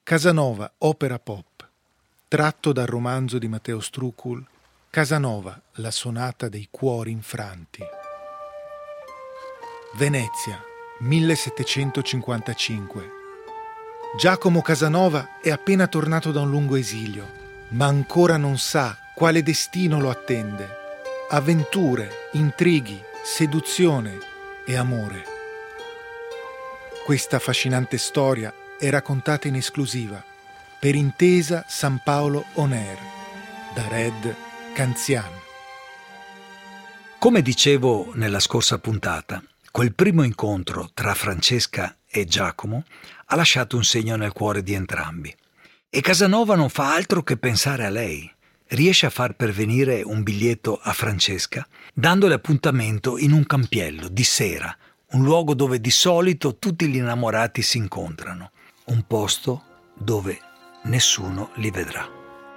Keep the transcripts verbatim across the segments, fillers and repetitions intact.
Casanova, opera pop, tratto dal romanzo di Matteo Strucul, Casanova, la sonata dei cuori infranti. Venezia, millesettecentocinquantacinque. Giacomo Casanova è appena tornato da un lungo esilio, ma ancora non sa quale destino lo attende. Avventure, intrighi, seduzione e amore. Questa affascinante storia è raccontata in esclusiva per Intesa San Paolo On Air da Red Canzian. Come dicevo nella scorsa puntata, quel primo incontro tra Francesca e Giacomo ha lasciato un segno nel cuore di entrambi. E Casanova non fa altro che pensare a lei. Riesce a far pervenire un biglietto a Francesca, dandole appuntamento in un campiello di sera, un luogo dove di solito tutti gli innamorati si incontrano, un posto dove nessuno li vedrà.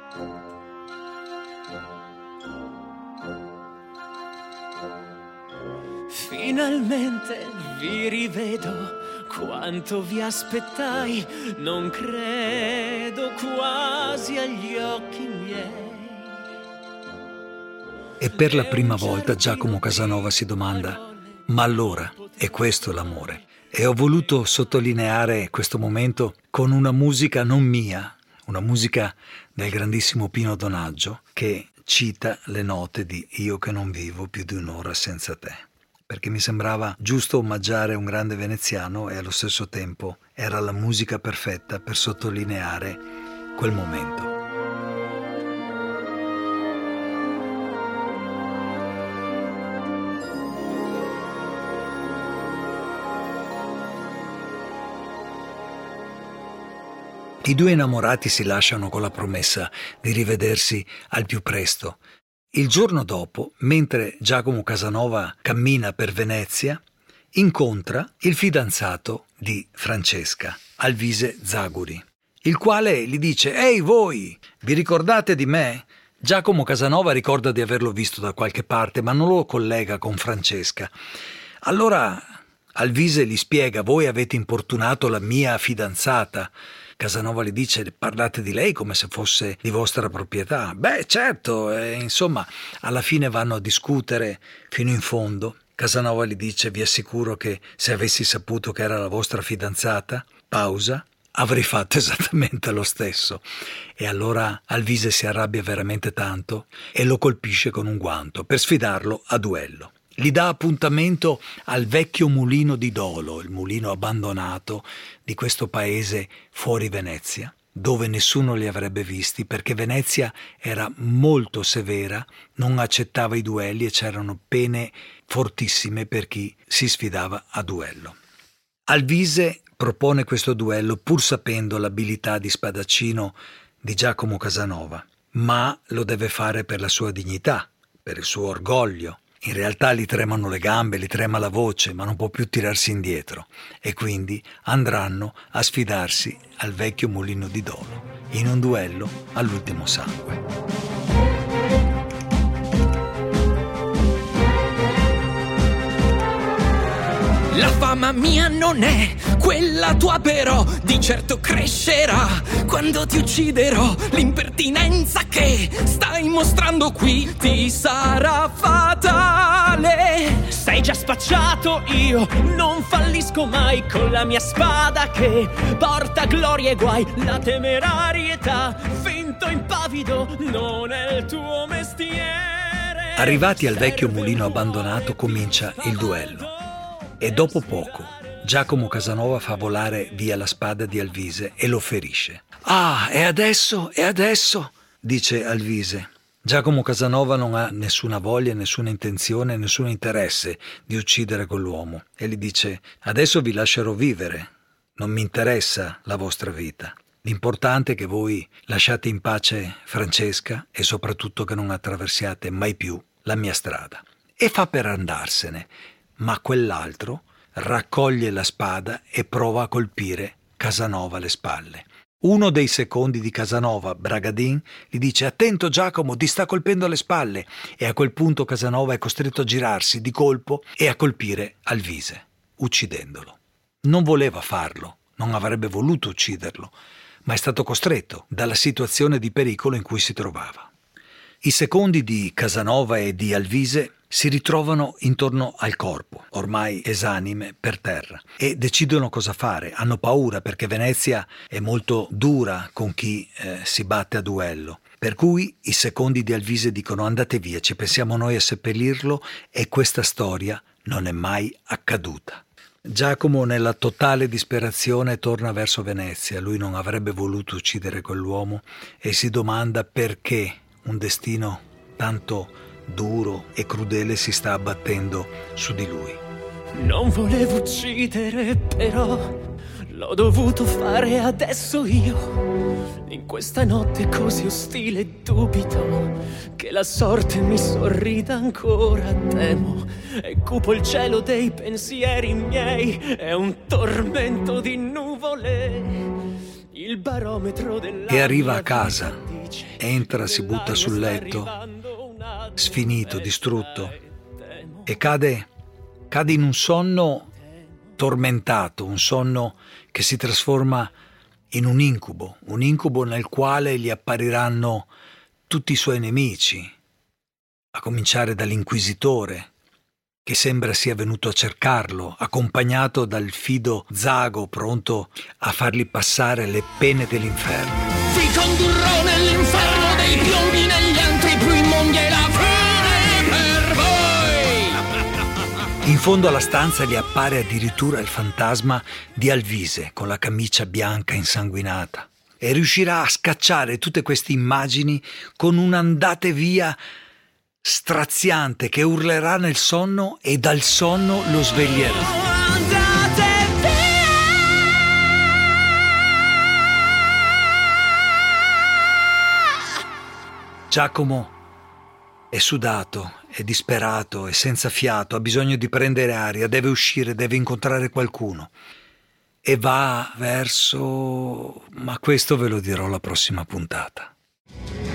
Finalmente vi rivedo, quanto vi aspettai, non credo quasi agli occhi miei. E per la prima volta Giacomo Casanova si domanda: ma allora è questo l'amore? E ho voluto sottolineare questo momento con una musica non mia, una musica del grandissimo Pino Donaggio, che cita le note di Io che non vivo più di un'ora senza te, perché mi sembrava giusto omaggiare un grande veneziano e allo stesso tempo era la musica perfetta per sottolineare quel momento. I due innamorati si lasciano con la promessa di rivedersi al più presto. Il giorno dopo, mentre Giacomo Casanova cammina per Venezia, incontra il fidanzato di Francesca, Alvise Zaguri, il quale gli dice: «Ehi voi, vi ricordate di me?» Giacomo Casanova ricorda di averlo visto da qualche parte, ma non lo collega con Francesca. Allora Alvise gli spiega: «Voi avete importunato la mia fidanzata». Casanova gli dice: «Parlate di lei come se fosse di vostra proprietà». «Beh, certo», eh, insomma, alla fine vanno a discutere fino in fondo. Casanova gli dice: «Vi assicuro che se avessi saputo che era la vostra fidanzata», pausa, «avrei fatto esattamente lo stesso». E allora Alvise si arrabbia veramente tanto e lo colpisce con un guanto per sfidarlo a duello. Gli dà appuntamento al vecchio mulino di Dolo, il mulino abbandonato di questo paese fuori Venezia, dove nessuno li avrebbe visti perché Venezia era molto severa, non accettava i duelli e c'erano pene fortissime per chi si sfidava a duello. Alvise propone questo duello pur sapendo l'abilità di spadaccino di Giacomo Casanova, ma lo deve fare per la sua dignità, per il suo orgoglio. In realtà gli tremano le gambe, gli trema la voce, ma non può più tirarsi indietro e quindi andranno a sfidarsi al vecchio mulino di Dolo in un duello all'ultimo sangue. La fama mia non è quella tua, però di certo crescerà quando ti ucciderò. L'impertinenza che stai mostrando qui ti sarà fatale. Sei già spacciato, io non fallisco mai con la mia spada che porta gloria e guai. La temerarietà, finto impavido, non è il tuo mestiere. Arrivati al vecchio mulino abbandonato comincia il duello. E dopo poco Giacomo Casanova fa volare via la spada di Alvise e lo ferisce. «Ah, e adesso, e adesso?» dice Alvise. Giacomo Casanova non ha nessuna voglia, nessuna intenzione, nessun interesse di uccidere quell'uomo e gli dice: «Adesso vi lascerò vivere, non mi interessa la vostra vita. L'importante è che voi lasciate in pace Francesca e soprattutto che non attraversiate mai più la mia strada». E fa per andarsene. Ma quell'altro raccoglie la spada e prova a colpire Casanova alle spalle. Uno dei secondi di Casanova, Bragadin, gli dice: «Attento Giacomo, ti sta colpendo alle spalle». E a quel punto Casanova è costretto a girarsi di colpo e a colpire Alvise, uccidendolo. Non voleva farlo, non avrebbe voluto ucciderlo, ma è stato costretto dalla situazione di pericolo in cui si trovava. I secondi di Casanova e di Alvise si ritrovano intorno al corpo, ormai esanime, per terra, e decidono cosa fare. Hanno paura perché Venezia è molto dura con chi eh, si batte a duello. Per cui i secondi di Alvise dicono: andate via, ci pensiamo noi a seppellirlo, e questa storia non è mai accaduta. Giacomo, nella totale disperazione, torna verso Venezia. Lui non avrebbe voluto uccidere quell'uomo e si domanda perché un destino tanto duro e crudele si sta abbattendo su di lui. Non volevo uccidere, però l'ho dovuto fare adesso io. In questa notte così ostile dubito che la sorte mi sorrida ancora. Temo e cupo il cielo dei pensieri miei. È un tormento di nuvole. Il barometro della E arriva a casa, entra, si butta sul letto, sfinito, distrutto, e cade, cade in un sonno tormentato, un sonno che si trasforma in un incubo, un incubo nel quale gli appariranno tutti i suoi nemici, a cominciare dall'inquisitore, che sembra sia venuto a cercarlo, accompagnato dal fido Zago, pronto a fargli passare le pene dell'inferno. Vi condurrò nell'inferno dei piombi negli antri più immondi e la fine per voi. In fondo alla stanza gli appare addirittura il fantasma di Alvise con la camicia bianca insanguinata, e riuscirà a scacciare tutte queste immagini con un andate via straziante che urlerà nel sonno e dal sonno lo sveglierà. Giacomo è sudato, è disperato, è senza fiato, ha bisogno di prendere aria, deve uscire, deve incontrare qualcuno. E va verso... ma questo ve lo dirò la prossima puntata.